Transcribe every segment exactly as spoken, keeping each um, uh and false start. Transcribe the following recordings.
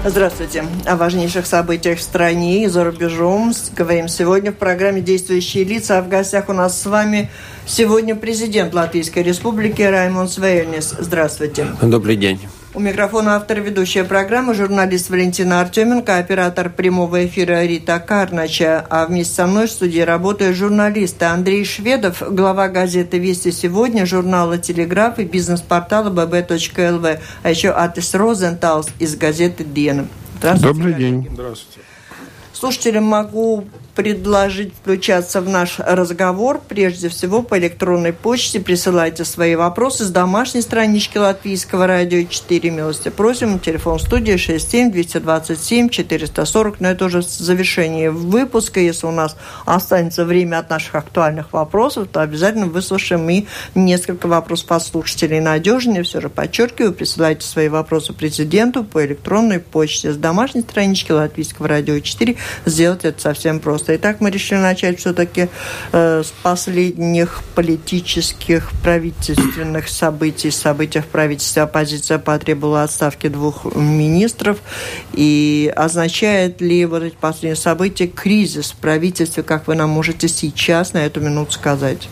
Здравствуйте. О важнейших событиях в стране и за рубежом говорим сегодня в программе «Действующие лица». А в гостях у нас с вами сегодня президент Латвийской Республики Раймондс Вейернис. Здравствуйте. Добрый день. У микрофона автор ведущая программы, журналист Валентина Артеменко, оператор прямого эфира Рита Карнача. А вместе со мной в студии работают журналисты Андрей Шведов, глава газеты «Вести сегодня», журнала «Телеграф» и бизнес-портала бэ бэ точка эл ви, а еще Атис Розенталс из газеты «Диена». Здравствуйте. Добрый день. Здравствуйте. Слушателям могу предложить включаться в наш разговор. Прежде всего, по электронной почте присылайте свои вопросы с домашней странички Латвийского радио четыре. Милости просим. Телефон студии шесть семь двести двадцать семь четыреста сорок. Но это уже в завершении выпуска. Если у нас останется время от наших актуальных вопросов, то обязательно выслушаем и несколько вопросов от слушателей. Надежнее, все же подчеркиваю, присылайте свои вопросы президенту по электронной почте с домашней странички Латвийского радио четыре. Сделать это совсем просто. Итак, мы решили начать все-таки э, с последних политических, правительственных событий. Событий в правительстве. Оппозиция потребовала отставки двух министров. И означает ли вот эти последние события кризис в правительстве, как вы нам можете сейчас на эту минуту сказать?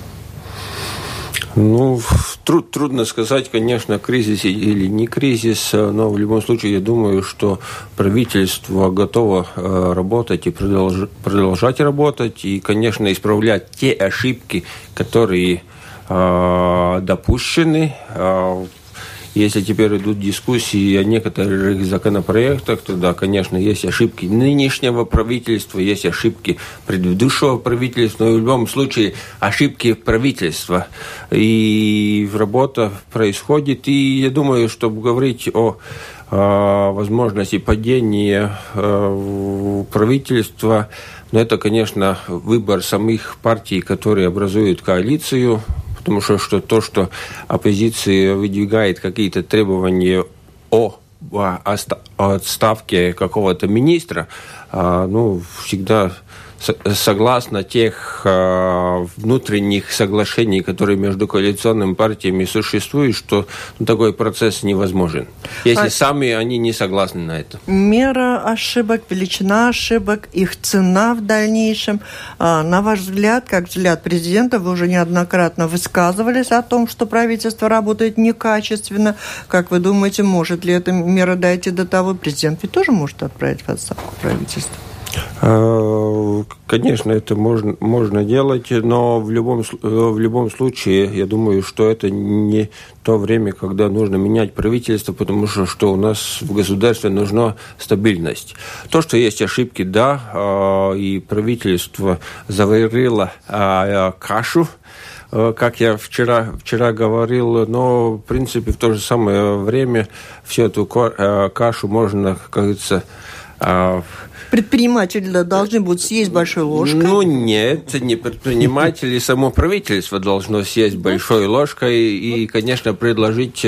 Ну, труд, трудно сказать, конечно, кризис или не кризис, но в любом случае я думаю, что правительство готово работать и продолж, продолжать работать, и, конечно, исправлять те ошибки, которые э, допущены. Если теперь идут дискуссии о некоторых законопроектах, то да, конечно, есть ошибки нынешнего правительства, есть ошибки предыдущего правительства, но в любом случае ошибки правительства. И работа происходит, и я думаю, чтобы говорить о, о возможности падения э, правительства, но это, конечно, выбор самих партий, которые образуют коалицию. Потому что, что то, что оппозиция выдвигает какие-то требования о, о отставке какого-то министра, ну, всегда согласно тех э, внутренних соглашений, которые между коалиционными партиями существуют, что ну, такой процесс невозможен, если а сами они не согласны на это. Мера ошибок, величина ошибок, их цена в дальнейшем. А, на ваш взгляд, как взгляд президента, вы уже неоднократно высказывались о том, что правительство работает некачественно. Как вы думаете, может ли эта мера дойти до того? Президент ведь тоже может отправить в отставку правительство? Конечно, это можно, можно делать, но в любом, в любом случае, я думаю, что это не то время, когда нужно менять правительство, потому что, что у нас в государстве нужна стабильность. То, что есть ошибки, да, и правительство заварило кашу, как я вчера, вчера говорил, но, в принципе, в то же самое время всю эту кашу можно, как говорится, предприниматели должны будут съесть большой ложкой? Ну, нет, не предприниматели, само правительство должно съесть большой ложкой и, конечно, предложить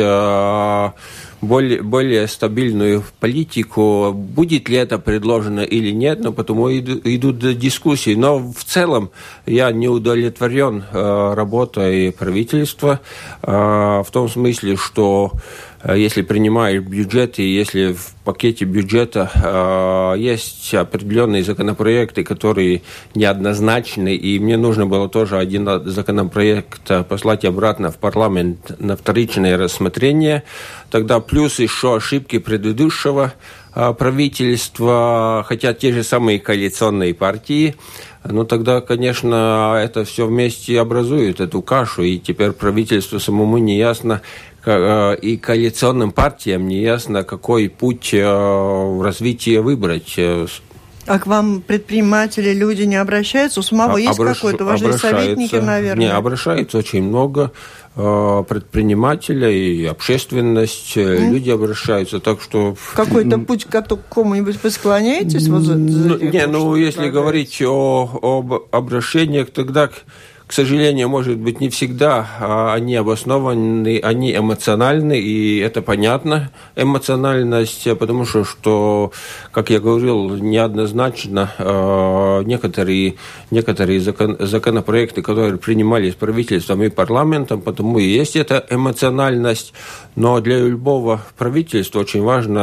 более, более стабильную политику. Будет ли это предложено или нет, но потому идут дискуссии. Но в целом я не удовлетворен работой правительства в том смысле, что если принимаешь бюджет, и если в пакете бюджета э, есть определенные законопроекты, которые неоднозначны, и мне нужно было тоже один законопроект послать обратно в парламент на вторичное рассмотрение, тогда плюс еще ошибки предыдущего э, правительства, хотя те же самые коалиционные партии, ну тогда, конечно, это все вместе образует эту кашу, и теперь правительству самому не ясно, и коалиционным партиям не ясно, какой путь развития выбрать. А к вам предприниматели, люди не обращаются? У самого есть Обращ... какой-то важный советники, наверное? Не, обращаются очень много предпринимателей, общественность, mm. люди обращаются, так что... Какой-то путь к какому-нибудь вы склоняетесь? Вот за, за ну, не, ну, если говорить о, об обращениях, тогда... К сожалению, может быть, не всегда они обоснованы, они эмоциональны, и это понятно, эмоциональность, потому что, что как я говорил, неоднозначно э, некоторые, некоторые закон, законопроекты, которые принимались правительством и парламентом, потому и есть эта эмоциональность, но для любого правительства очень важно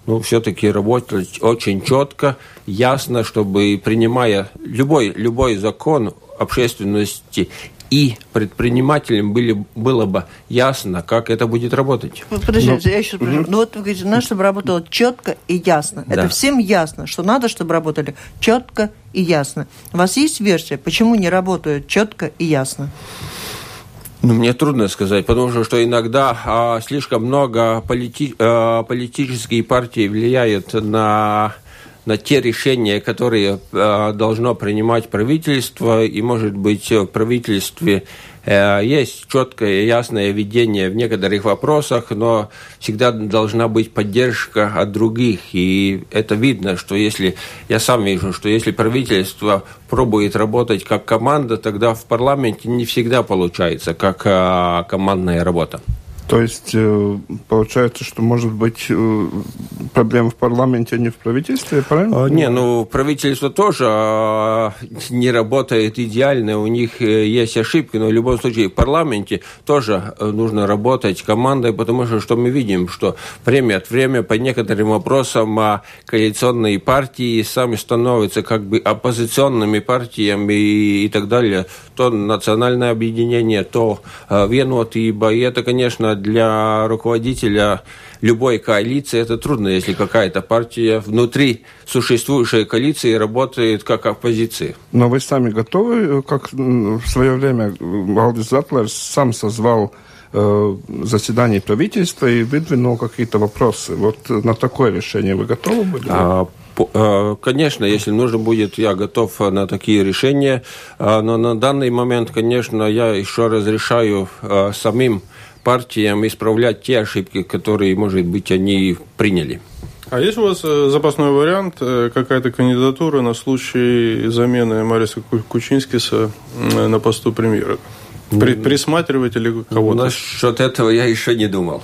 ну, все-таки работать очень четко, ясно, чтобы, принимая любой, любой закон общественности и предпринимателям были, было бы ясно, как это будет работать. Подождите, ну, я еще спрошу. Угу. Ну вот вы говорите, надо, чтобы работало четко и ясно. Да. Это всем ясно, что надо, чтобы работали четко и ясно. У вас есть версия, почему не работают четко и ясно? Ну, мне трудно сказать, потому что, что иногда а, слишком много полити, а, политические партии влияют на... на те решения, которые э, должно принимать правительство, и, может быть, в правительстве э, есть четкое и ясное видение в некоторых вопросах, но всегда должна быть поддержка от других. И это видно, что если, я сам вижу, что если правительство пробует работать как команда, тогда в парламенте не всегда получается как э, командная работа. То есть, получается, что, может быть, проблема в парламенте, а не в правительстве, правильно? Не, ну, правительство тоже не работает идеально, у них есть ошибки, но в любом случае в парламенте тоже нужно работать командой, потому что, что мы видим, что время от времени по некоторым вопросам коалиционные партии сами становятся как бы оппозиционными партиями и, и так далее. То национальное объединение, то Vienotība, и это, конечно, для руководителя любой коалиции это трудно, если какая-то партия внутри существующей коалиции работает как оппозиция. Но вы сами готовы, как в свое время Валдис Затлерс сам созвал э, заседание правительства и выдвинул какие-то вопросы. Вот на такое решение вы готовы были? А, Конечно, если нужно будет, я готов на такие решения, но на данный момент, конечно, я еще разрешаю самим партиям исправлять те ошибки, которые, может быть, они приняли. А есть у вас запасной вариант, какая-то кандидатура на случай замены Мариса Кучинскиса на посту премьера? При, присматриваете ли кого-то? Насчет этого я еще не думал.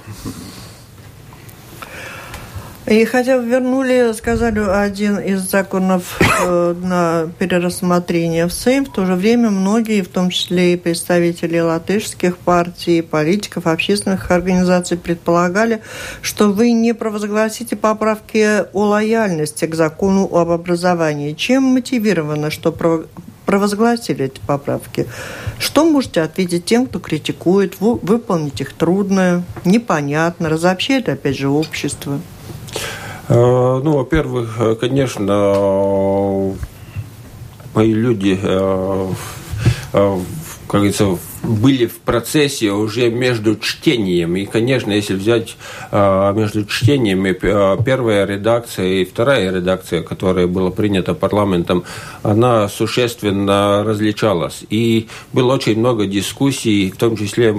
И хотя бы вернули, сказали, один из законов э, на перерассмотрение в Сейм, в то же время многие, в том числе и представители латышских партий, политиков, общественных организаций, предполагали, что вы не провозгласите поправки о лояльности к закону об образовании. Чем мотивировано, что провозгласили эти поправки? Что можете ответить тем, кто критикует, выполнить их трудно, непонятно, разобщает, опять же, общество? Ну, во-первых, конечно, мои люди, как говорится, были в процессе уже между чтением. И, конечно, если взять между чтениями первая редакция и вторая редакция, которая была принята парламентом, она существенно различалась. И было очень много дискуссий, в том числе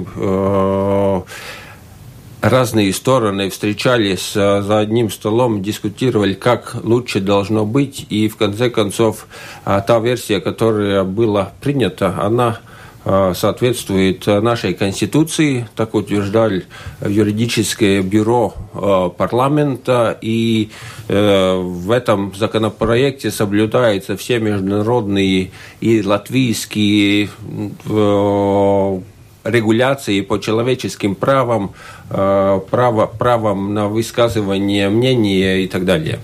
разные стороны встречались за одним столом, дискутировали, как лучше должно быть, и в конце концов та версия, которая была принята, она соответствует нашей Конституции, так утверждали юридическое бюро парламента, и в этом законопроекте соблюдаются все международные и латвийские регуляции по человеческим правам, право, правом на высказывание мнения и так далее.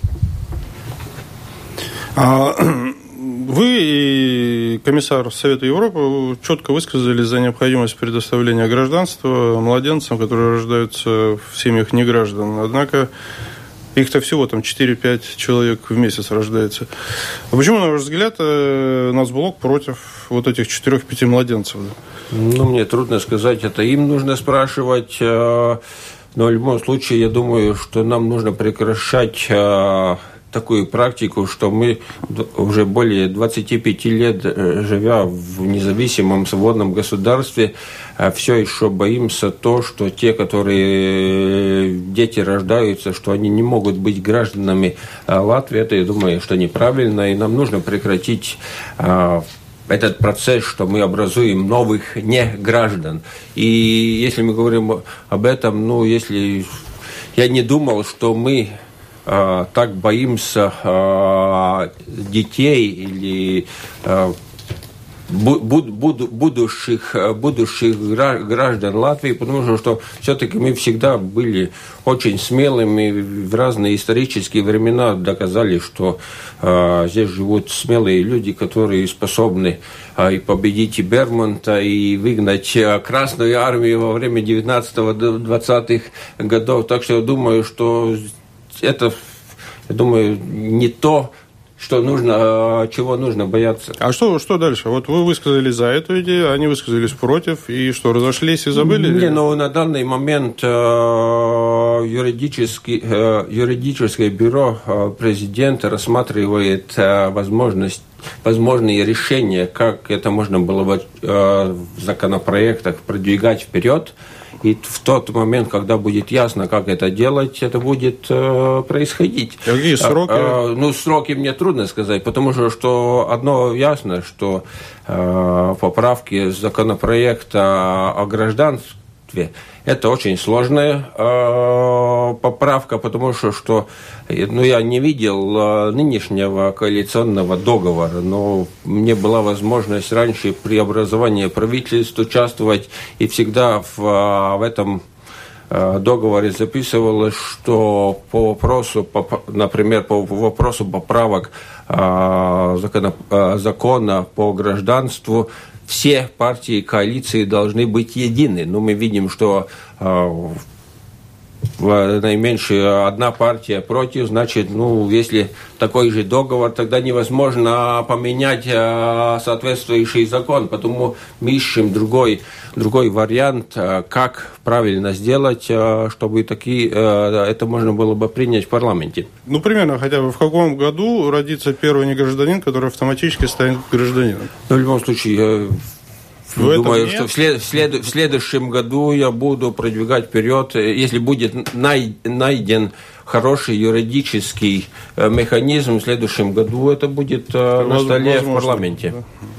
А вы и комиссар Совета Европы четко высказались за необходимость предоставления гражданства младенцам, которые рождаются в семьях неграждан. Однако их-то всего там четыре-пять человек в месяц рождается. А почему, на ваш взгляд, Нацблок против вот этих четырех-пяти младенцев? Ну, мне трудно сказать, это им нужно спрашивать. Но в любом случае, я думаю, что нам нужно прекращать такую практику, что мы уже более двадцати пяти лет, живя в независимом свободном государстве, все еще боимся то, что те, которые дети рождаются, что они не могут быть гражданами Латвии. Это, я думаю, что неправильно, и нам нужно прекратить этот процесс, что мы образуем новых неграждан. И если мы говорим об этом, ну, если я не думал, что мы э, так боимся э, детей или э, будущих, будущих граждан Латвии, потому что все-таки мы всегда были очень смелыми, в разные исторические времена доказали, что э, здесь живут смелые люди, которые способны э, и победить и Бермонта, и выгнать э, Красную армию во время девятнадцатого-двадцатых годов. Так что я думаю, что это, я думаю, не то, что нужно, чего нужно бояться. А что, что дальше? Вот вы высказались за эту идею, они высказались против, и что, разошлись и забыли? Не, ну на данный момент э, юридический, э, юридическое бюро э, президента рассматривает э, возможность, возможные решения, как это можно было бы э, в законопроектах продвигать вперед. И в тот момент, когда будет ясно, как это делать, это будет э, происходить. Какие сроки? А, а, ну, сроки мне трудно сказать, потому что, что одно ясно, что э, поправки законопроекта о гражданстве это очень сложная э, поправка, потому что, что ну, я не видел э, нынешнего коалиционного договора, но мне была возможность раньше при образовании правительства участвовать, и всегда в, в этом э, договоре записывалось, что по вопросу, по, например, по вопросу поправок э, закона, э, закона по гражданству, все партии коалиции должны быть едины. Но мы видим, что э, наименьшая одна партия против, значит, ну, если такой же договор, тогда невозможно поменять э, соответствующий закон. Потому мы ищем другой, другой вариант, э, как правильно сделать, э, чтобы такие, э, это можно было бы принять в парламенте. Ну, примерно, хотя бы в каком году родится первый негражданин, который автоматически станет гражданином? Ну, в любом случае, я в думаю, что в, след, в, след, в следующем году я буду продвигать вперед, если будет най, найден хороший юридический механизм, в следующем году это будет Возможно, на столе в парламенте.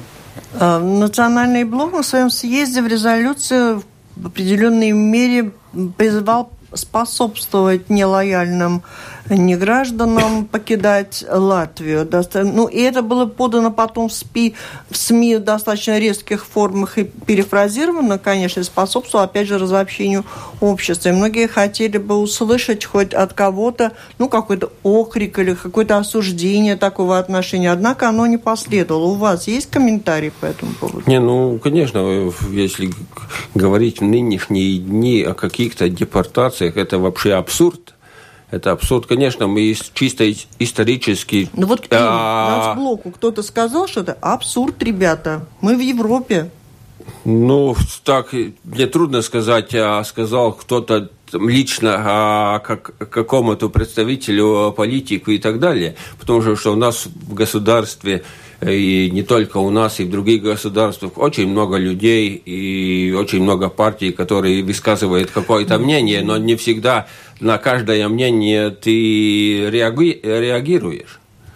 Да. Национальный блок на своем съезде в резолюции в определенной мере призывал способствовать нелояльным негражданам покидать Латвию. Ну, и это было подано потом в СМИ, в СМИ в достаточно резких формах и перефразировано, конечно, и способствовало, опять же, разобщению общества. И многие хотели бы услышать хоть от кого-то, ну, какой-то окрик или какое-то осуждение такого отношения. Однако оно не последовало. У вас есть комментарии по этому поводу? Не, ну, конечно, если говорить в нынешние дни о каких-то депортациях, это вообще абсурд. Это абсурд, конечно, мы чисто исторически... Ну вот а... нацблоку кто-то сказал, что это абсурд, ребята. Мы в Европе. Ну, так, мне трудно сказать, а сказал кто-то лично а, как, какому-то представителю, политику и так далее. Потому что, что у нас в государстве, и не только у нас, и в других государствах, очень много людей и очень много партий, которые высказывают какое-то мнение, но не всегда на каждое мнение ты реаги- реагируешь.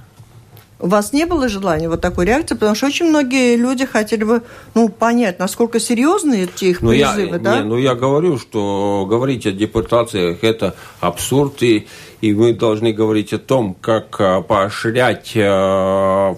У вас не было желания вот такой реакции? Потому что очень многие люди хотели бы, ну, понять, насколько серьезны эти их призывы, я, да? Не, ну, я говорю, что говорить о депортациях – это абсурд, и, и мы должны говорить о том, как а, поощрять а,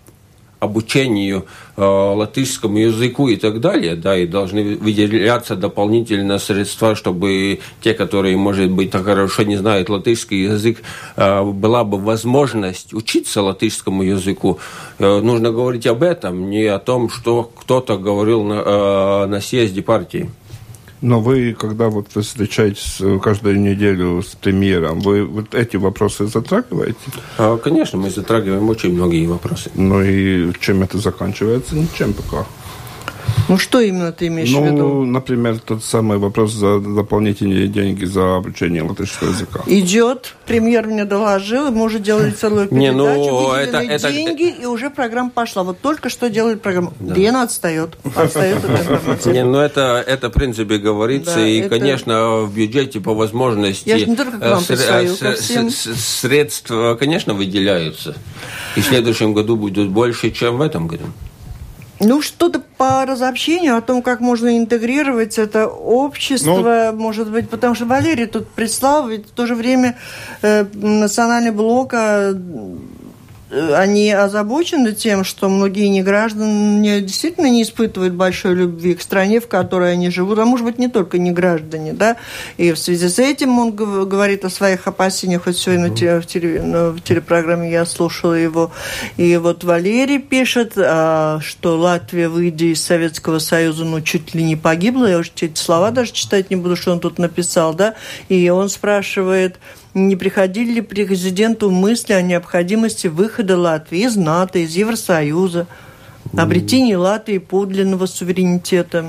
обучению э, латышскому языку и так далее, да, и должны выделяться дополнительные средства, чтобы те, которые, может быть, так хорошо не знают латышский язык, э, была бы возможность учиться латышскому языку. Э, нужно говорить об этом, не о том, что кто-то говорил на, э, на съезде партии. Но вы, когда вот вы встречаетесь каждую неделю с премьером, вы вот эти вопросы затрагиваете? Конечно, мы затрагиваем очень многие вопросы. Ну и чем это заканчивается? Ничем пока. Ну, что именно ты имеешь ну, в виду? Ну, например, тот самый вопрос за дополнительные деньги за обучение латышского языка. Идет, премьер мне доложил, мы уже делали целую передачу, Не, ну, выделили это, деньги, это... и уже программа пошла. Вот только что делали программу. Да. Дена отстает. Отстает эта информация. Не, ну, это, это, в принципе, говорится, да, и, это... конечно, в бюджете по возможности... Я же не только к вам пристаю, ко всем. Средств, конечно, выделяются. И в следующем году будет больше, чем в этом году. Ну, что-то по разобщению, о том, как можно интегрировать это общество, ну, может быть, потому что Валерий тут прислал, ведь в то же время э, национальный блок э, они озабочены тем, что многие неграждане действительно не испытывают большой любви к стране, в которой они живут, а может быть не только неграждане, да, и в связи с этим он говорит о своих опасениях, вот сегодня mm-hmm. в, теле, в телепрограмме я слушала его, и вот Валерий пишет, что Латвия, выйдя из Советского Союза, ну, чуть ли не погибла, я уже эти слова даже читать не буду, что он тут написал, да, и он спрашивает, не приходили ли президенту мысли о необходимости выхода Латвии из НАТО, из Евросоюза, обретения Латвии подлинного суверенитета?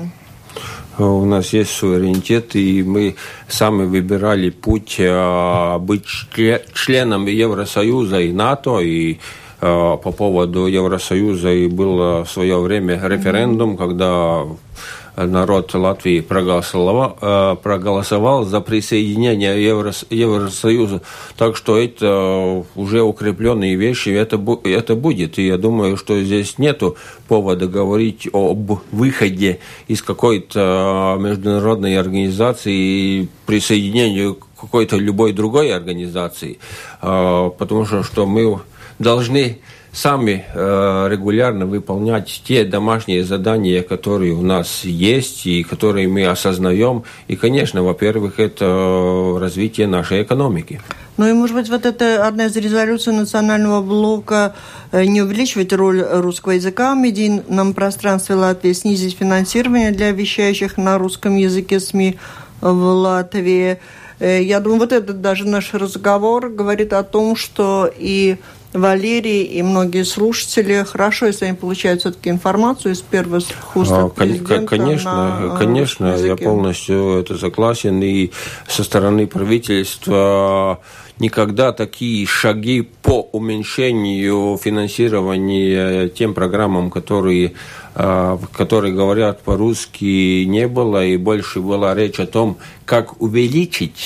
У нас есть суверенитет, и мы сами выбирали путь быть членом Евросоюза и НАТО, и по поводу Евросоюза и было в свое время референдум, когда народ Латвии проголосовал, проголосовал за присоединение к Евросоюзу. Так что это уже укрепленные вещи, это, это будет. И я думаю, что здесь нету повода говорить об выходе из какой-то международной организации и присоединению к какой-то любой другой организации. Потому что, что мы должны сами э, регулярно выполнять те домашние задания, которые у нас есть и которые мы осознаем. И, конечно, во-первых, это развитие нашей экономики. Ну и, может быть, вот это одна из резолюций национального блока не увеличивать роль русского языка в медийном пространстве Латвии, снизить финансирование для вещающих на русском языке СМИ в Латвии. Я думаю, вот этот даже наш разговор говорит о том, что и Валерий и многие слушатели хорошо, если они получают все-таки информацию из первых уст от президента. Конечно, на конечно, языке. Я полностью это согласен. И со стороны правительства никогда такие шаги по уменьшению финансирования тем программам, которые, которые говорят по-русски, не было. И больше была речь о том, как увеличить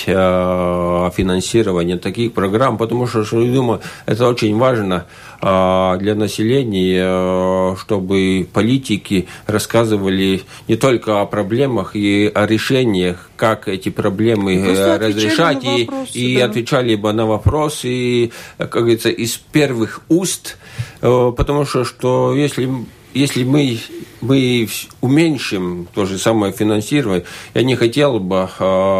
финансирование таких программ, потому что, я думаю, это очень важно для населения, чтобы политики рассказывали не только о проблемах и о решениях, как эти проблемы разрешать, и, вопросы, и да. отвечали бы на вопросы, и, как говорится, из первых уст, потому что, что если, если мы, мы уменьшим то же самое финансирование, я не хотел бы,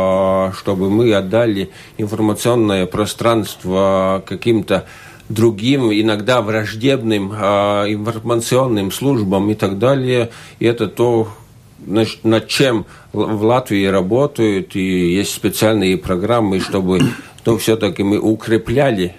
чтобы мы отдали информационное пространство каким-то другим, иногда враждебным э, информационным службам и так далее. И это то, над чем в Латвии работают, и есть специальные программы, чтобы ну, все-таки мы укрепляли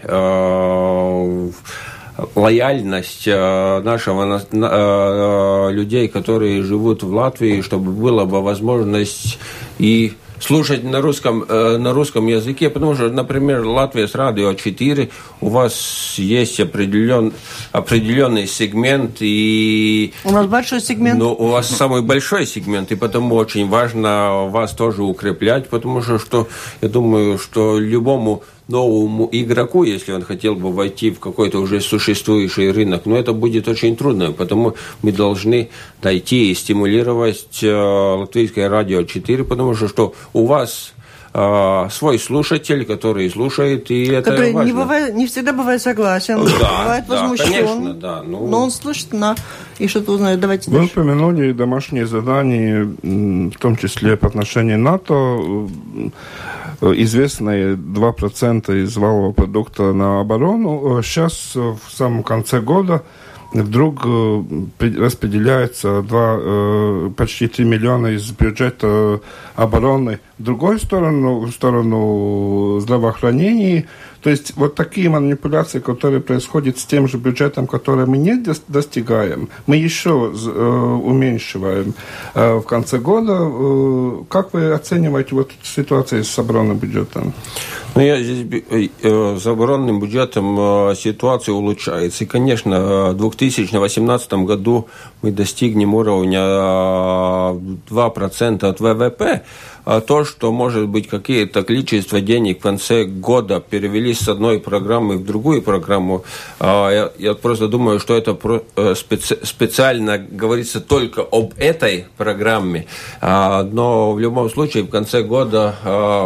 э, лояльность э, нашего э, людей, которые живут в Латвии, чтобы была бы возможность и слушать на русском, э, на русском языке, потому что, например, Латвия с Радио четыре, у вас есть определен, определенный сегмент, и... У нас большой сегмент. Ну, у вас самый большой сегмент, и потому очень важно вас тоже укреплять, потому что, что я думаю, что любому новому игроку, если он хотел бы войти в какой-то уже существующий рынок, но это будет очень трудно, потому мы должны дойти и стимулировать э, Латвийское радио четыре, потому что, что у вас э, свой слушатель, который слушает, и это который важно. Не, бывает, не всегда бывает согласен, да, бывает да, возмущен, конечно, да, ну... но он слышит на... и что-то узнает. Давайте Вы дальше. упомянули домашние задания, в том числе по отношению к НАТО. Известные два процента из валового продукта на оборону. Сейчас, в самом конце года, вдруг распределяется два, почти три миллиона из бюджета обороны в другую сторону, в сторону здравоохранения. То есть вот такие манипуляции, которые происходят с тем же бюджетом, который мы не достигаем, мы еще э, уменьшиваем э, в конце года. Э, как вы оцениваете вот ситуацию с оборонным бюджетом? Ну, я здесь э, с оборонным бюджетом э, ситуация улучшается. И, конечно, в две тысячи восемнадцатом году мы достигнем уровня э, два процента от вэ вэ пэ. А то, что, может быть, какие-то количество денег в конце года перевелись с одной программы в другую программу, я, я просто думаю, что это специ, специально говорится только об этой программе. Но в любом случае в конце года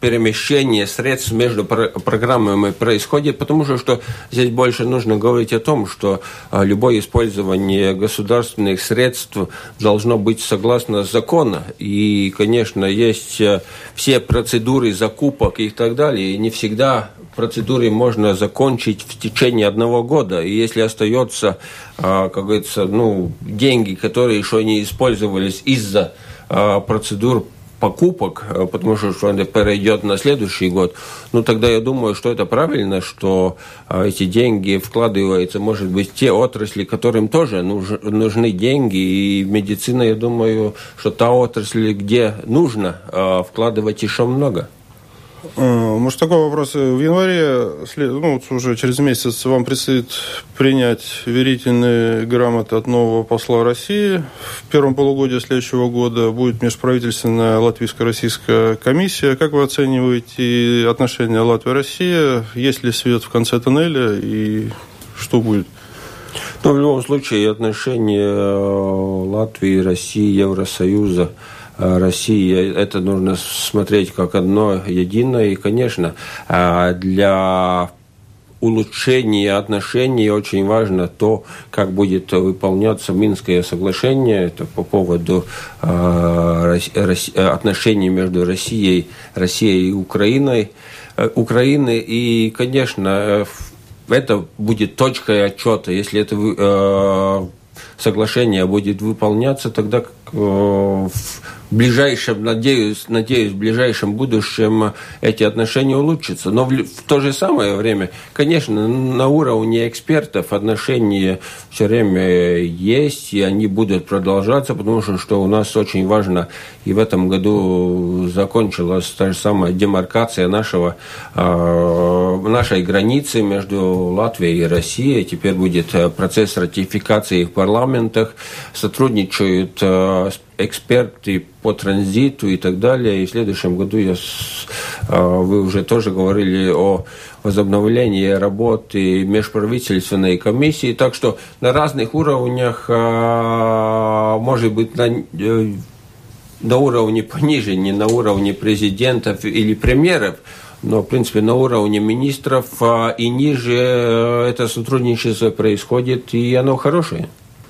перемещение средств между программами происходит, потому что, что здесь больше нужно говорить о том, что любое использование государственных средств должно быть согласно закону. И, конечно, есть все процедуры закупок и так далее, и не всегда процедуры можно закончить в течение одного года. И если остается, как говорится, ну, деньги, которые еще не использовались из-за процедур покупок, потому что, что это перейдет на следующий год, ну тогда я думаю, что это правильно, что эти деньги вкладываются, может быть, в те отрасли, которым тоже нуж, нужны деньги, и медицина, я думаю, что та отрасль, где нужно вкладывать еще много. Может, такой вопрос. В январе, ну, уже через месяц, вам предстоит принять верительные грамоты от нового посла России. В первом полугодии следующего года будет межправительственная латвийско-российская комиссия. Как вы оцениваете отношения Латвия-Россия? Есть ли свет в конце тоннеля и что будет? Ну, в любом случае, отношения Латвии, России, Евросоюза, России, это нужно смотреть как одно единое. И, конечно, для улучшения отношений очень важно то, как будет выполняться Минское соглашение. Это по поводу отношений между Россией, Россией и Украиной. Украины. И, конечно, это будет точкой отчета. Если это соглашение будет выполняться, тогда в ближайшем, надеюсь, надеюсь, в ближайшем будущем эти отношения улучшатся. Но в, в то же самое время, конечно, на уровне экспертов отношения все время есть, и они будут продолжаться, потому что, что у нас очень важно, и в этом году закончилась та же самая демаркация нашего, э, нашей границы между Латвией и Россией. Теперь будет процесс ратификации в парламентах, сотрудничают э, эксперты по транзиту и так далее. И в следующем году я, вы уже тоже говорили о возобновлении работы межправительственной комиссии. Так что на разных уровнях, может быть, на, на уровне пониже, не на уровне президентов или премьеров, но, в принципе, на уровне министров и ниже это сотрудничество происходит, и оно хорошее.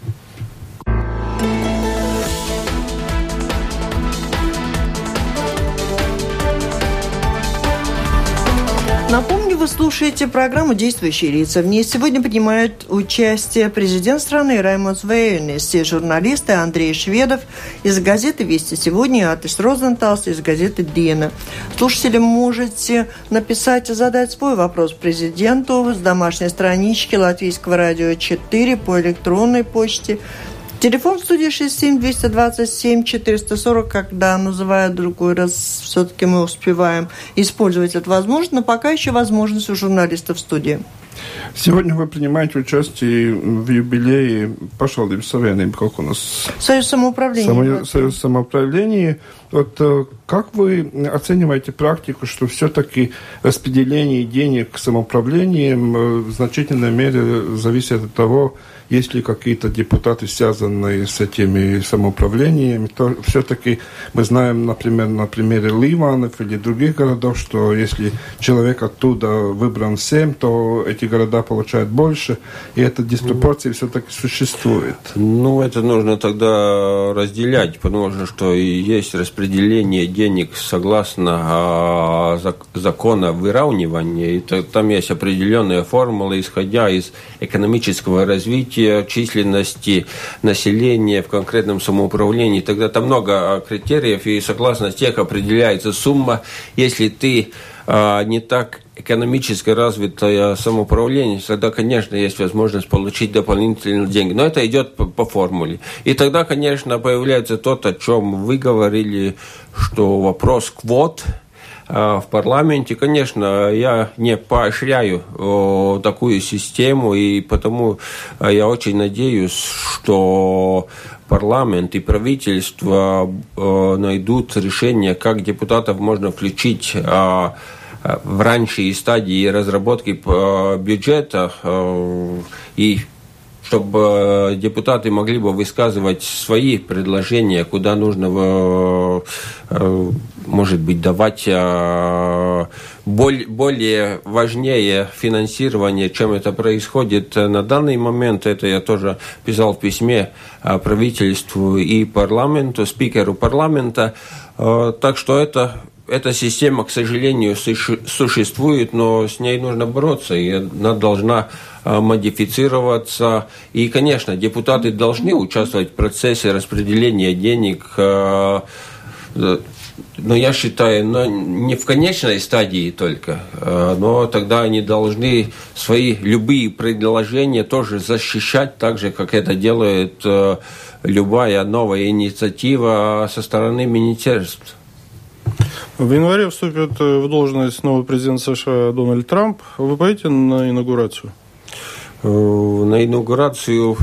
Напомню, вы слушаете программу «Действующие лица». В ней сегодня принимают участие президент страны Раймондс Вейернис, все журналисты Андрей Шведов из газеты «Вести сегодня» и Атис Розенталс из газеты «Диена». Слушатели, можете написать и задать свой вопрос президенту с домашней странички Латвийского радио четыре по электронной почте. Телефон в студии шесть семь двести двадцать семь четыреста сорок, когда называют другой раз, все-таки мы успеваем использовать эту возможность, но пока еще возможность у журналистов в студии. Сегодня вы принимаете участие в юбилее Pašvaldības Savienība, как у нас? Союз самоуправления. Само, Союз самоуправления. Вот как вы оцениваете практику, что все-таки распределение денег самоуправлением в значительной мере зависит от того, есть ли какие-то депутаты, связанные с этими самоуправлениями, то все-таки мы знаем, например, на примере Ливанов или других городов, что если человек оттуда выбран всем, то эти города получают больше, и эта диспропорция все-таки существует. Ну, это нужно тогда разделять, потому что, что есть распределение денег согласно закона выравнивания, и там есть определенные формулы, исходя из экономического развития, численности населения в конкретном самоуправлении. Тогда там много критериев, и согласно тех определяется сумма. Если ты а, не так экономически развитое самоуправление, тогда, конечно, есть возможность получить дополнительные деньги. Но это идет по, по формуле. И тогда, конечно, появляется тот, о чем вы говорили, что вопрос квот в парламенте. Конечно, я не поощряю о, такую систему, и потому я очень надеюсь, что парламент и правительство э, найдут решение, как депутатов можно включить э, в ранней стадии разработки э, бюджета, э, и чтобы депутаты могли бы высказывать свои предложения, куда нужно э, может быть, давать более важнее финансирование, чем это происходит на данный момент. Это я тоже писал в письме правительству и парламенту, спикеру парламента. Так что это, эта система, к сожалению, существует, но с ней нужно бороться, и она должна модифицироваться. И, конечно, депутаты должны участвовать в процессе распределения денег, но я считаю, но не в конечной стадии только, но тогда они должны свои любые предложения тоже защищать, так же, как это делает любая новая инициатива со стороны министерств. В январе вступит в должность новый президент США Дональд Трамп. Вы поедете на инаугурацию? На инаугурацию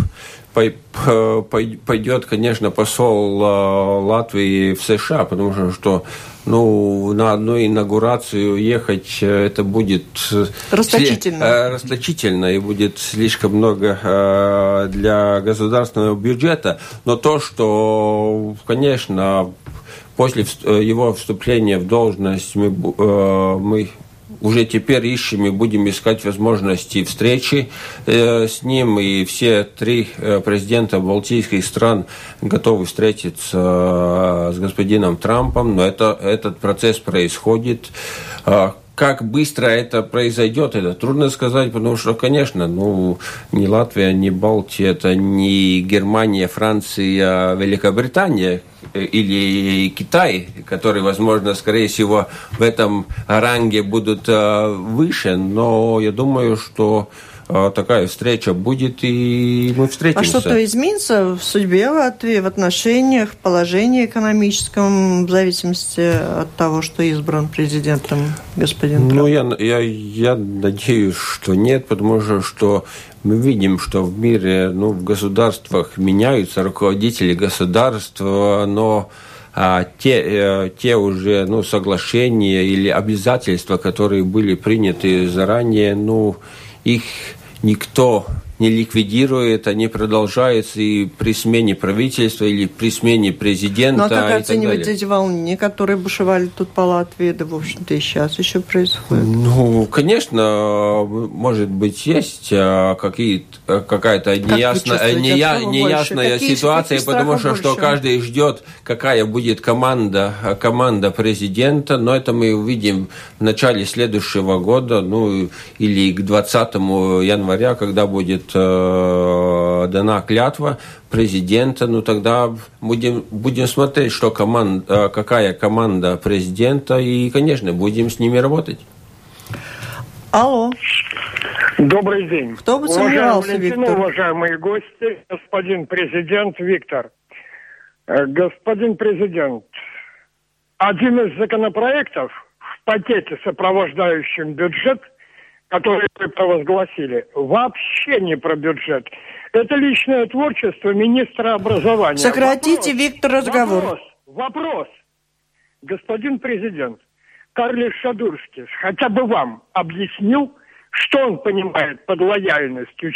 пойдет, конечно, посол Латвии в США, потому что ну, на одну инаугурацию ехать это будет расточительно. расточительно и будет слишком много для государственного бюджета. Но то, что, конечно, после его вступления в должность мы, мы уже теперь ищем и будем искать возможности встречи э, с ним, и все три э, президента балтийских стран готовы встретиться э, с господином Трампом, но это, этот процесс происходит. Э, Как быстро это произойдет, это трудно сказать, потому что, конечно, ну, ни Латвия, ни Балтия, это не Германия, Франция, Великобритания или Китай, которые, возможно, скорее всего, в этом ранге будут выше, но я думаю, что такая встреча будет, и мы встретимся. А что-то изменится в судьбе Латвии, в отношениях, в положении экономическом, в зависимости от того, что избран президентом господин Трамп? Ну, я, я, я надеюсь, что нет, потому что, что мы видим, что в мире, ну, в государствах меняются руководители государства, но а, те, те уже, ну, соглашения или обязательства, которые были приняты заранее, ну, их никто не ликвидирует, они продолжаются и при смене правительства или при смене президента. Ну, а как и оценивать эти волнения, которые бушевали тут по Латвии, да, в общем-то, и сейчас еще происходит? Ну, конечно, может быть, есть какие-то, какая-то неясная, нея, неясная ситуация, потому что, что каждый ждет, какая будет команда, команда президента, но это мы увидим в начале следующего года, ну, или к двадцатому января, когда будет дана клятва президента, ну тогда будем, будем смотреть, что команда, какая команда президента, и, конечно, будем с ними работать. Алло. Добрый день. Кто бы сомневался, Виктор? Уважаемые гости, господин президент Виктор. Господин президент, один из законопроектов в пакете, сопровождающем бюджет, которые вы провозгласили, вообще не про бюджет. Это личное творчество министра образования. Сократите, вопрос, Виктор, разговор. Вопрос, вопрос. Господин президент, Карлис Шадурский хотя бы вам объяснил, что он понимает под лояльностью?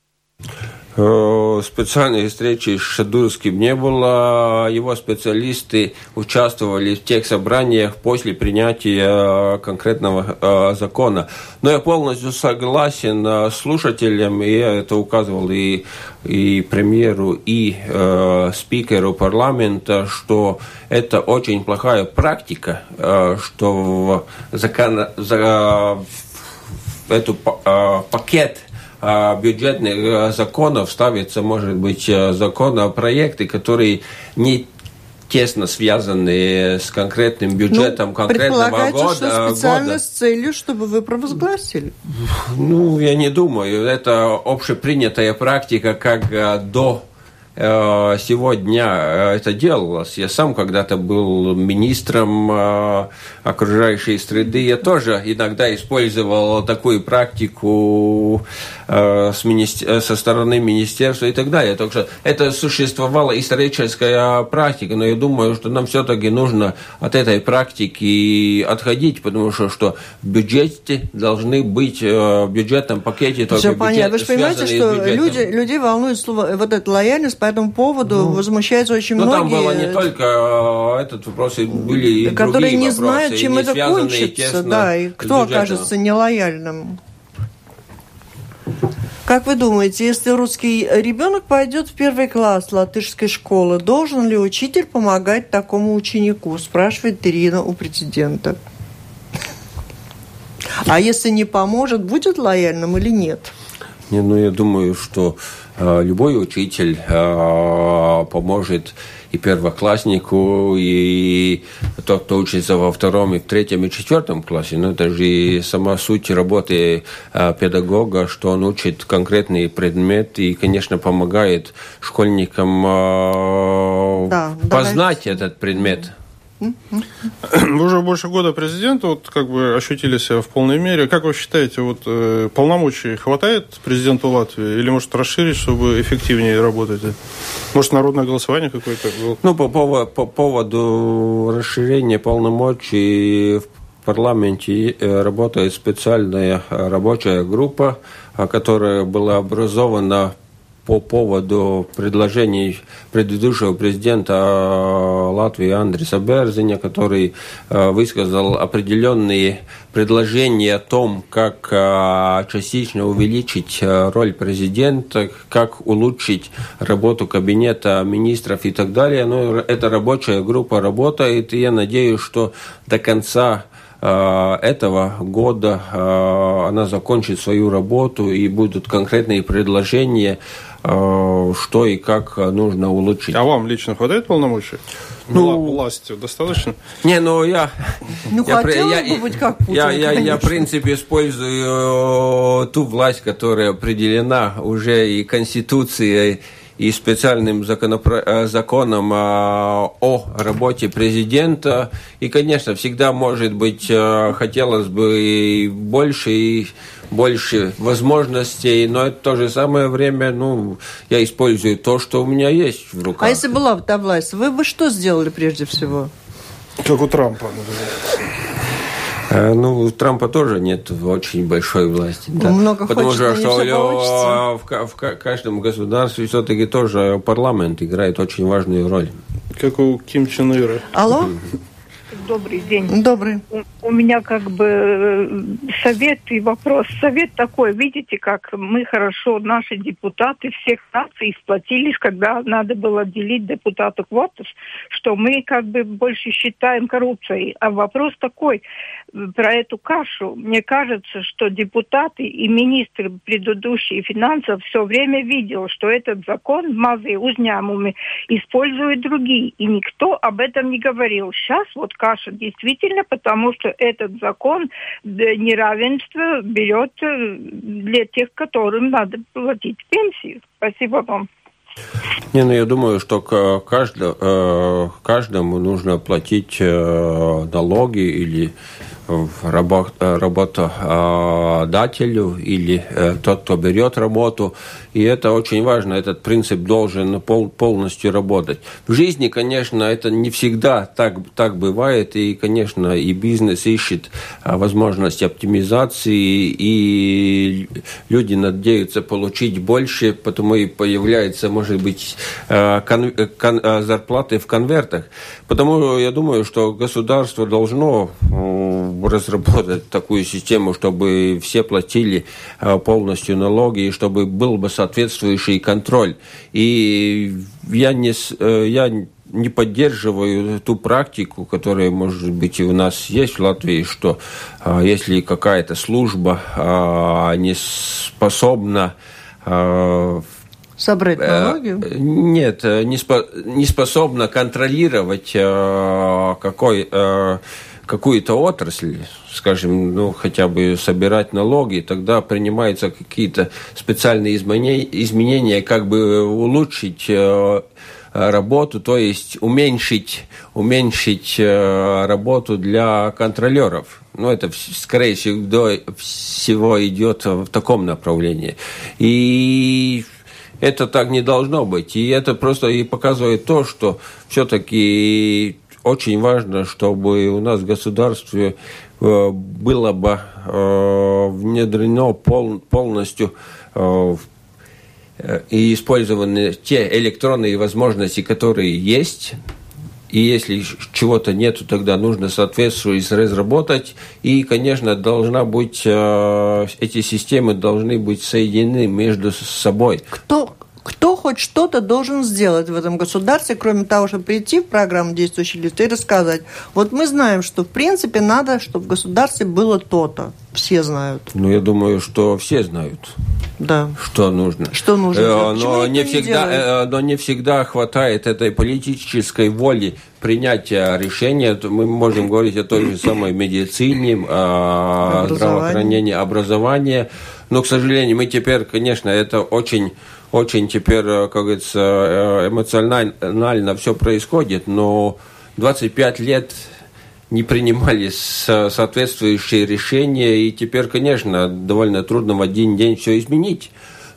Специальной встречи с Шадурским не было. Его специалисты участвовали в тех собраниях после принятия конкретного закона. Но я полностью согласен с слушателем, и я это указывал и, и премьеру, и э, спикеру парламента, что это очень плохая практика, э, что в, закон, за, в эту э, пакет бюджетных законов ставится, может быть, законопроекты, которые не тесно связаны с конкретным бюджетом, ну, конкретного года. Предполагается, что специально года. С целью, чтобы вы провозгласили? Ну, я не думаю. Это общепринятая практика, как до сегодня это делалось. Я сам когда-то был министром окружающей среды. Я тоже иногда использовал такую практику с министер... со стороны министерства и так далее. Так что это существовала историческая практика, но я думаю, что нам все-таки нужно от этой практики отходить, потому что, что в бюджете должны быть, в бюджетном пакете только все понятно. Вы же понимаете, что люди, людей волнует слово, вот эта лояльность, этому поводу ну, возмущаются очень ну, многие. Там было не только этот вопрос, и были и которые другие не вопросы, знают, чем это кончится, да, и кто окажется нелояльным. Как вы думаете, если русский ребенок пойдет в первый класс латышской школы, должен ли учитель помогать такому ученику? Спрашивает Ирина у президента. А если не поможет, будет лояльным или нет? Не, ну, я думаю, что э, любой учитель э, поможет и первокласснику, и тот, кто учится во втором, и в третьем, и четвертом классе. Но это же сама суть работы э, педагога, что он учит конкретный предмет и, конечно, помогает школьникам э, да, познать давайте. этот предмет. Вы уже больше года президент, вот как бы ощутили себя в полной мере. Как вы считаете, вот э, полномочий хватает президенту Латвии или может расширить, чтобы эффективнее работать? Может, народное голосование какое-то было? Ну, по, по, по поводу расширения полномочий в парламенте работает специальная рабочая группа, которая была образована по поводу предложений предыдущего президента Латвии Андриса Берзиня, который высказал определенные предложения о том, как частично увеличить роль президента, как улучшить работу кабинета министров и так далее. Но эта рабочая группа работает, и я надеюсь, что до конца этого года она закончит свою работу и будут конкретные предложения, что и как нужно улучшить. А вам лично хватает полномочий? Ну, власти достаточно? Не, ну я... Ну, я, хотелось я, бы быть как Путин, я, я, я, в принципе, использую ту власть, которая определена уже и Конституцией, и специальным законопро... законом о работе президента. И, конечно, всегда, может быть, хотелось бы больше и больше возможностей, но это в то же самое время, ну, я использую то, что у меня есть в руках. А если была бы та власть, вы бы что сделали прежде всего? Как у Трампа, например. Ну, у Трампа тоже нет очень большой власти. Да. Много Потому хочет, что, что в, в, в каждом государстве все-таки тоже парламент играет очень важную роль. Как у Ким Чен Ира. Алло? Добрый день. Добрый. У, у меня как бы совет и вопрос. Совет такой, видите, как мы хорошо, наши депутаты всех наций сплотились, когда надо было делить депутатов квоту, что мы как бы больше считаем коррупцией. А вопрос такой, про эту кашу. Мне кажется, что депутаты и министры предыдущие финансов все время видел, что этот закон мазые узнямуми используют другие. И никто об этом не говорил. Сейчас вот каша действительно, потому что этот закон неравенство берет для тех, которым надо платить пенсию. Спасибо вам. Не, ну я думаю, что каждому, каждому нужно платить налоги или работодателю или тот, кто берет работу. И это очень важно. Этот принцип должен пол, полностью работать. В жизни, конечно, это не всегда так, так бывает. И, конечно, и бизнес ищет возможность оптимизации, и люди надеются получить больше, потому и появляется, может быть, кон, кон, зарплаты в конвертах. Потому я думаю, что государство должно разработать такую систему, чтобы все платили полностью налоги, и чтобы был бы соответствующий контроль. И я не, я не поддерживаю ту практику, которая, может быть, и у нас есть в Латвии, что если какая-то служба не способна собрать налоги? Нет, не, спо, не способна контролировать какой какую-то отрасль, скажем, ну, хотя бы собирать налоги, тогда принимаются какие-то специальные изменения, как бы улучшить работу, то есть уменьшить, уменьшить работу для контролеров. Ну, это, скорее всего, всего идет в таком направлении. И это так не должно быть. И это просто и показывает то, что все-таки очень важно, чтобы у нас в государстве было бы внедрено полностью и использованы те электронные возможности, которые есть. И если чего-то нету, тогда нужно соответствующе разработать. И, конечно, должна быть, эти системы должны быть соединены между собой. Кто, кто хоть что-то должен сделать в этом государстве, кроме того, чтобы прийти в программу «Действующие лица» и рассказать. Вот мы знаем, что, в принципе, надо, чтобы в государстве было то-то. Все знают. Ну, я думаю, что все знают. Да. Что нужно. Что нужно. Но не, всегда, не но не всегда хватает этой политической воли принятия решения. Мы можем говорить о той же самой медицине, о здравоохранении, образовании. Но, к сожалению, мы теперь, конечно, это очень, очень теперь, как говорится, эмоционально все происходит, но двадцать пять лет не принимали соответствующие решения, и теперь, конечно, довольно трудно в один день все изменить.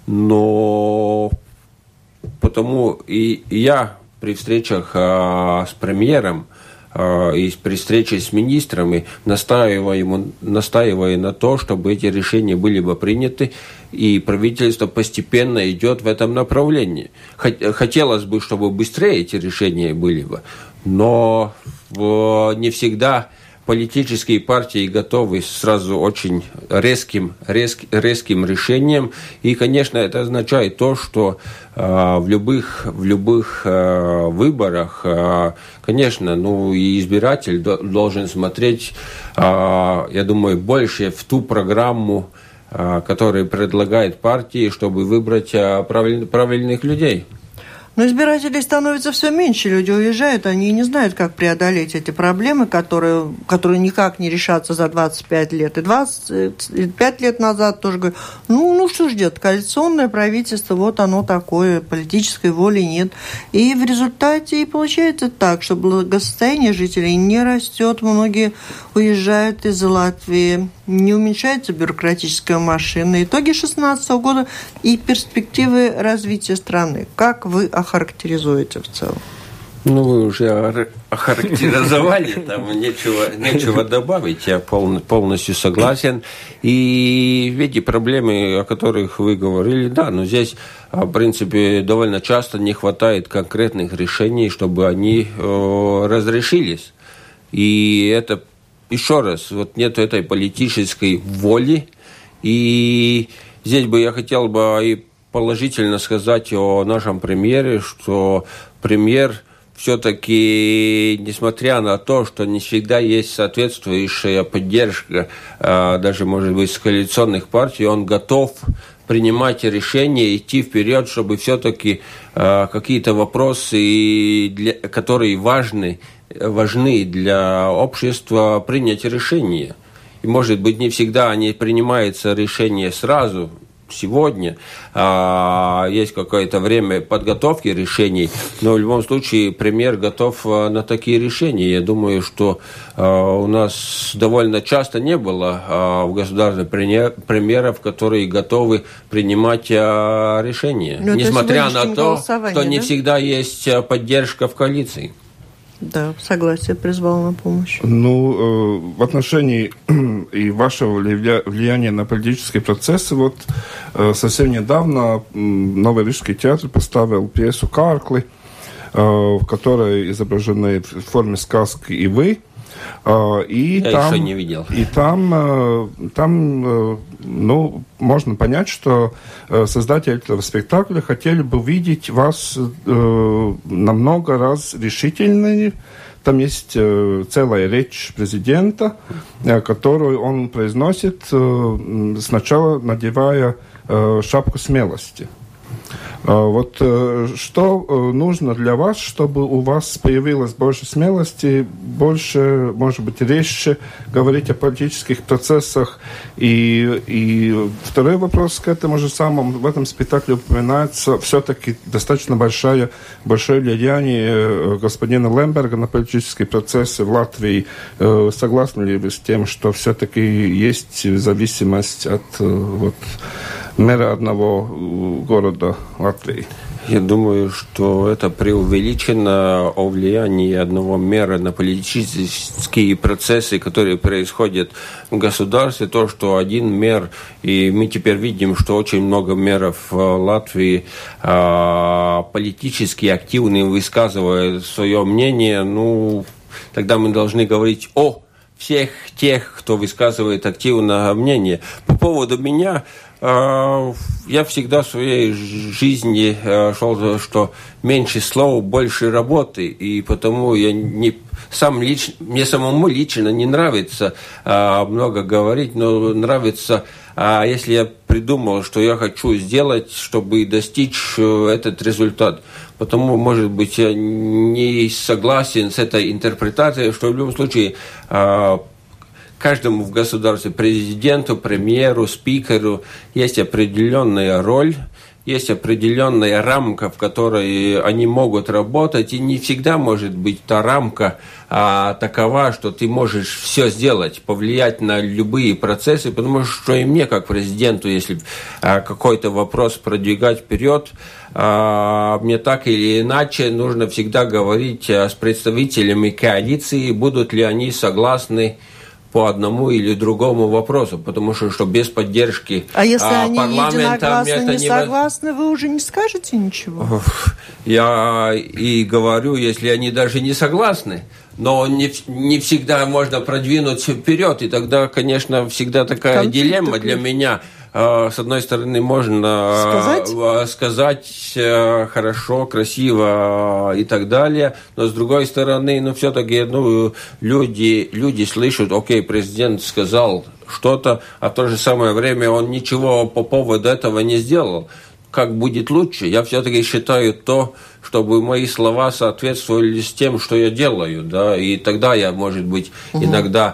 Но потому и я при встречах а, с премьером а, и при встрече с министрами настаиваю, настаиваю на то, чтобы эти решения были бы приняты, и правительство постепенно идет в этом направлении. Хотелось бы, чтобы быстрее эти решения были бы, но не всегда политические партии готовы сразу очень резким, резк, резким решением. И, конечно, это означает то, что э, в любых, в любых э, выборах, э, конечно, ну, и избиратель до, должен смотреть, э, я думаю, больше в ту программу, э, которую предлагает партии, чтобы выбрать э, правиль, правильных людей. Но избирателей становится все меньше, люди уезжают, они не знают, как преодолеть эти проблемы, которые, которые никак не решатся за двадцать пять лет. И двадцать пять лет назад тоже говорю, ну, ну что ждет, коалиционное правительство, вот оно такое, политической воли нет. И в результате и получается так, что благосостояние жителей не растет, многие уезжают из Латвии, не уменьшается бюрократическая машина. Итоги две тысячи шестнадцатого года и перспективы развития страны. Как вы охарактеризуете в целом? Ну, вы уже охарактеризовали, там нечего, нечего добавить, я пол, полностью согласен. И эти проблемы, о которых вы говорили, да, но здесь, в принципе, довольно часто не хватает конкретных решений, чтобы они э, разрешились. И это, еще раз, вот нет этой политической воли. И здесь бы я хотел бы и положительно сказать о нашем премьере, что премьер все-таки, несмотря на то, что не всегда есть соответствующая поддержка, даже, может быть, с коалиционных партий, он готов принимать решения, идти вперед, чтобы все-таки какие-то вопросы, для, которые важны, важны для общества, принять решение. И, может быть, не всегда они принимаются решения сразу, сегодня, а, есть какое-то время подготовки решений, но в любом случае премьер готов а, на такие решения. Я думаю, что а, у нас довольно часто не было а, в государстве премьеров, которые готовы принимать а, решения, но несмотря на то, что не да? всегда есть поддержка в коалиции. Да, согласие призвал на помощь. Ну, э, в отношении и вашего влияния на политические процессы, вот э, совсем недавно э, Новый Рижский театр поставил пьесу «Каркли», э, в которой изображены в форме сказки и вы. Uh, и Я там, еще не видел. И там, uh, там uh, ну, можно понять, что uh, создатели этого спектакля хотели бы видеть вас uh, намного раз решительнее. Там есть uh, целая речь президента, uh, которую он произносит, uh, сначала надевая uh, шапку смелости. Вот что нужно для вас, чтобы у вас появилось больше смелости, больше, может быть, резче говорить о политических процессах? И, и второй вопрос к этому же самому. В этом спектакле упоминается все-таки достаточно большое, большое влияние господина Лемберга на политические процессы в Латвии. Согласны ли вы с тем, что все-таки есть зависимость от вот, мэра одного города Латвии? Я думаю, что это преувеличено о влиянии одного мэра на политические процессы, которые происходят в государстве. То, что один мэр, и мы теперь видим, что очень много мэров в Латвии а, политически активны, высказывают свое мнение, ну, тогда мы должны говорить о всех тех, кто высказывает активное мнение. По поводу меня, я всегда в своей жизни шел, что меньше слов, больше работы, и потому я не сам лично, мне самому лично не нравится много говорить, но нравится, если я придумал, что я хочу сделать, чтобы достичь этот результат. Потому, может быть, я не согласен с этой интерпретацией, что в любом случае каждому в государстве, президенту, премьеру, спикеру есть определенная роль, есть определенная рамка, в которой они могут работать, и не всегда может быть та рамка а, такова, что ты можешь все сделать, повлиять на любые процессы, потому что и мне, как президенту, если а, какой-то вопрос продвигать вперед, а, мне так или иначе нужно всегда говорить а, с представителями коалиции, будут ли они согласны по одному или другому вопросу, потому что, что без поддержки а если а, они парламента единогласно не согласны, вы уже не скажете ничего? Я и говорю, если они даже не согласны, но не, не всегда можно продвинуть вперед, и тогда, конечно, всегда такая конфликт дилемма такой. Для меня. С одной стороны, можно сказать? сказать хорошо, красиво и так далее, но с другой стороны, ну, все-таки ну, люди, люди слышат, окей, президент сказал что-то, а в то же самое время он ничего по поводу этого не сделал. Как будет лучше? Я все-таки считаю то, чтобы мои слова соответствовали с тем, что я делаю, да, и тогда я, может быть, угу. иногда...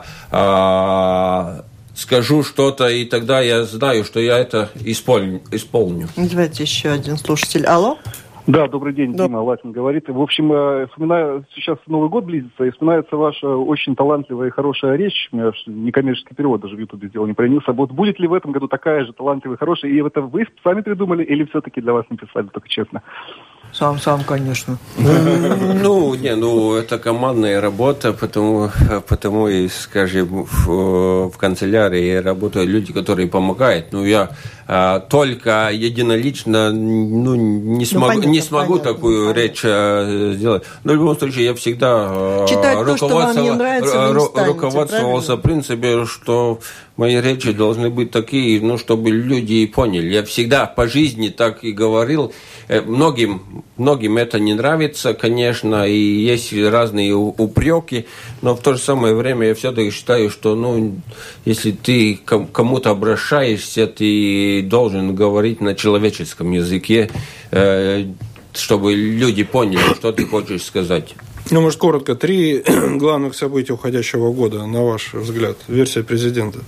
А- скажу что-то, и тогда я знаю, что я это исполню. исполню. Давайте еще один слушатель. Алло? Да, добрый день, да. Дима Латин говорит. В общем, вспоминаю, сейчас Новый год близится, и вспоминается ваша очень талантливая и хорошая речь. У меня некоммерческий перевод даже в Ютубе сделал, не проявился. Вот будет ли в этом году такая же талантливая и хорошая? И это вы сами придумали, или все-таки для вас написали, только честно? Сам, сам, конечно. Ну, не, ну, это командная работа, потому, потому и, скажем, в, в канцелярии работают люди, которые помогают. Ну, я а, только единолично ну, не, смог, ну, понятно, не смогу понятно, такую понятно. речь а, сделать. Но в любом случае я всегда Читать то, что вам не нравится, вы не станете, руководствовался принципе, что мои речи должны быть такие, ну, чтобы люди поняли. Я всегда по жизни так и говорил. Многим, многим это не нравится, конечно, и есть разные упреки, но в то же самое время я все-таки считаю, что, ну, если ты к кому-то обращаешься, ты должен говорить на человеческом языке, чтобы люди поняли, что ты хочешь сказать. Ну, может, коротко, три главных события уходящего года, на ваш взгляд, версия президента?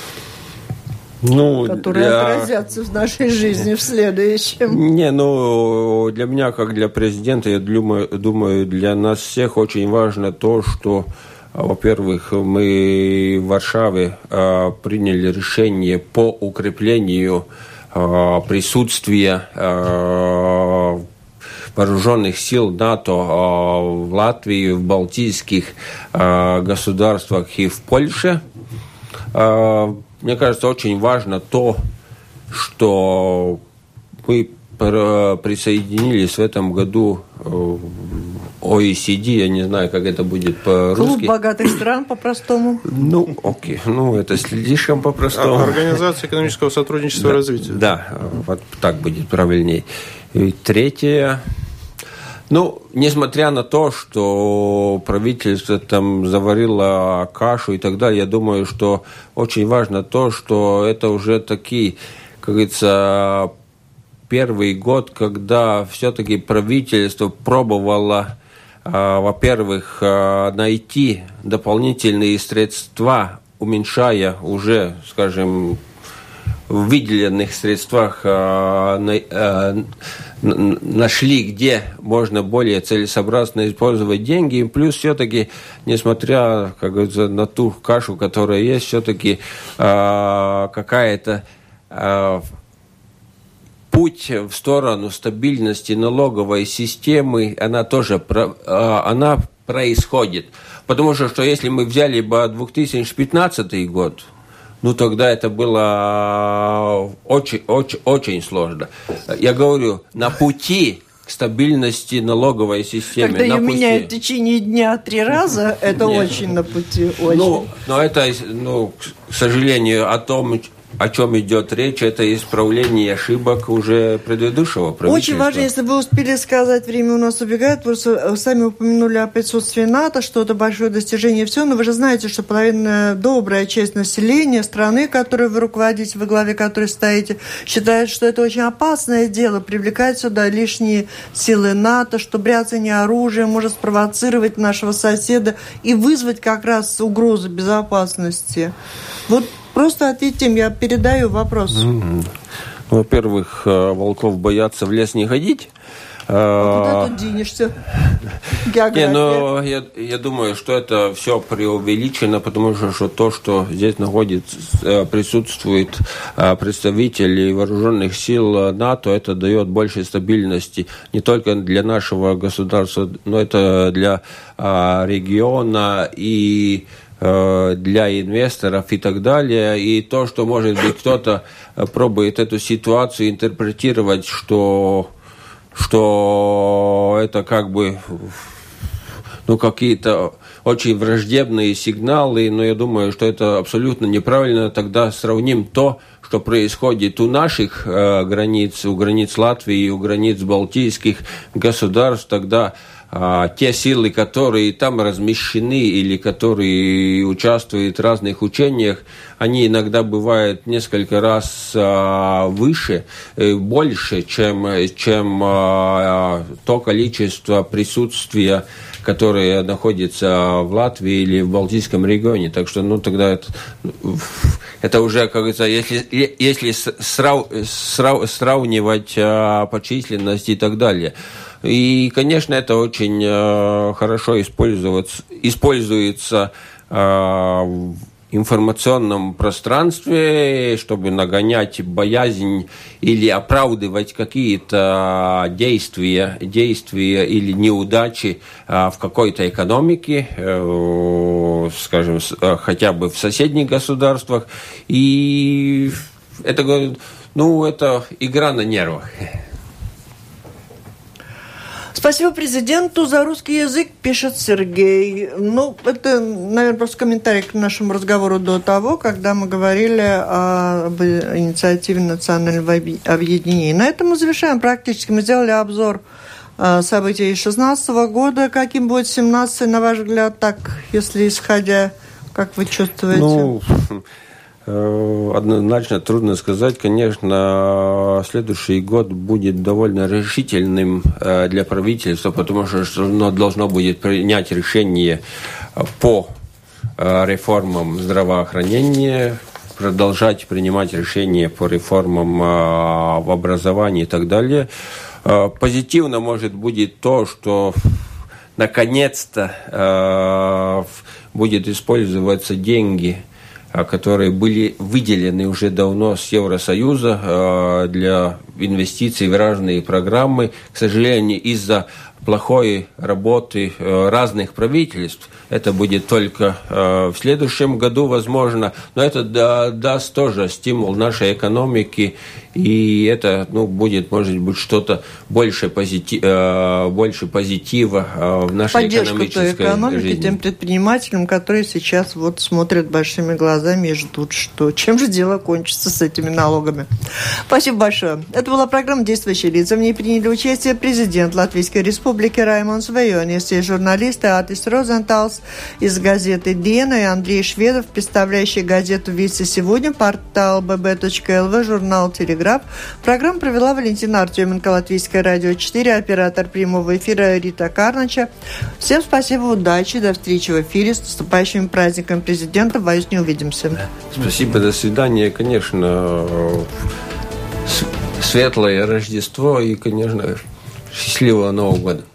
Ну, которые для... отразятся в нашей жизни в следующем. Не, ну, для меня, как для президента, я думаю, думаю, для нас всех очень важно то, что, во-первых, мы в Варшаве а, приняли решение по укреплению а, присутствия а, вооруженных сил НАТО а, в Латвии, в балтийских а, государствах и в Польше. А, Мне кажется, очень важно то, что мы присоединились в этом году о и си ди, я не знаю, как это будет по-русски. Клуб богатых стран по-простому. Ну, окей, ну это слишком по-простому. Организация экономического сотрудничества и да, развития. Да, вот так будет правильнее. И третье... Ну, несмотря на то, что правительство там заварило кашу и так далее, я думаю, что очень важно то, что это уже такие, как говорится, первый год, когда все-таки правительство пробовало, во-первых, найти дополнительные средства, уменьшая уже, скажем, в выделенных средствах э, э, нашли, где можно более целесообразно использовать деньги. И плюс все-таки, несмотря, как говорится, на ту кашу, которая есть, все-таки э, какая-то э, путь в сторону стабильности налоговой системы, она тоже она происходит. Потому что, что если мы взяли бы две тысячи пятнадцатый год, ну тогда это было очень, очень, очень сложно. Я говорю, на пути к стабильности налоговой системы. Когда ее пути... меняют в течение дня три раза, это очень на пути. Очень. Ну, но это, ну, к сожалению, о том, о чем идет речь, это исправление ошибок уже предыдущего правительства. Очень важно, если вы успели сказать, время у нас убегает, вы сами упомянули о присутствии НАТО, что это большое достижение, все, но вы же знаете, что половина, добрая часть населения страны, которой вы руководите, во главе которой стоите, считает, что это очень опасное дело, привлекать сюда лишние силы НАТО, что бряцание оружием может спровоцировать нашего соседа и вызвать как раз угрозу безопасности. Вот просто ответьте им, я передаю вопрос. Mm-hmm. Во-первых, волков боятся в лес не ходить. А куда тут денешься? Не, но я, я думаю, что это все преувеличено, потому что, что то, что здесь находится, присутствует представители вооруженных сил НАТО, это дает больше стабильности не только для нашего государства, но это для региона и для инвесторов и так далее. И то, что, может быть, кто-то пробует эту ситуацию интерпретировать, что, что это как бы ну, какие-то очень враждебные сигналы, но я думаю, что это абсолютно неправильно. Тогда сравним то, что происходит у наших э, границ, у границ Латвии и у границ балтийских государств, тогда А, те силы, которые там размещены или которые участвуют в разных учениях, они иногда бывают несколько раз а, выше, больше, чем, чем а, то количество присутствия, которое находится в Латвии или в Балтийском регионе. Так что, ну, тогда это, это уже, как говорится, если, если срав, срав, сравнивать а, по численности и так далее. И, конечно, это очень э, хорошо используется, используется э, в информационном пространстве, чтобы нагонять боязнь или оправдывать какие-то действия, действия или неудачи э, в какой-то экономике, э, скажем, э, хотя бы в соседних государствах. И это, ну, это игра на нервах. Спасибо президенту за русский язык, пишет Сергей. Ну, это, наверное, просто комментарий к нашему разговору до того, когда мы говорили об инициативе национального объединения. На этом мы завершаем практически. Мы сделали обзор событий две тысячи шестнадцатого года. Каким будет семнадцатый, на ваш взгляд, так, если исходя, как вы чувствуете? Ну, однозначно трудно сказать. Конечно, следующий год будет довольно решительным для правительства, потому что оно должно будет принять решение по реформам здравоохранения, продолжать принимать решения по реформам в образовании и так далее. Позитивно, может, будет то, что наконец-то будет использоваться деньги, которые были выделены уже давно с Евросоюза э, для инвестиций в разные программы. К сожалению, из-за плохой работы э, разных правительств это будет только э, в следующем году, возможно, но это да, даст тоже стимул нашей экономике, и это, ну, будет, может быть, что-то больше, позитив, э, больше позитива э, в нашей поддержку экономической той экономики, жизни. Тем предпринимателям, которые сейчас вот смотрят большими глазами и ждут, что чем же дело кончится с этими налогами. Спасибо большое. Это была программа «Действующие лица». В ней приняли участие президент Латвийской Республики Раймондс Вейонис и журналисты Атис Розенталс из газеты «Диена» и Андрей Шведов, представляющий газету «Вице сегодня», портал би би точка эл ви, журнал «Телеграф». Программу провела Валентина Артеменко, Латвийское радио четыре, оператор прямого эфира Рита Карнача. Всем спасибо, удачи, до встречи в эфире. С наступающими праздниками президента. Боюсь, не увидимся. Спасибо, до свидания. Конечно, светлое Рождество и, конечно, счастливого Нового года.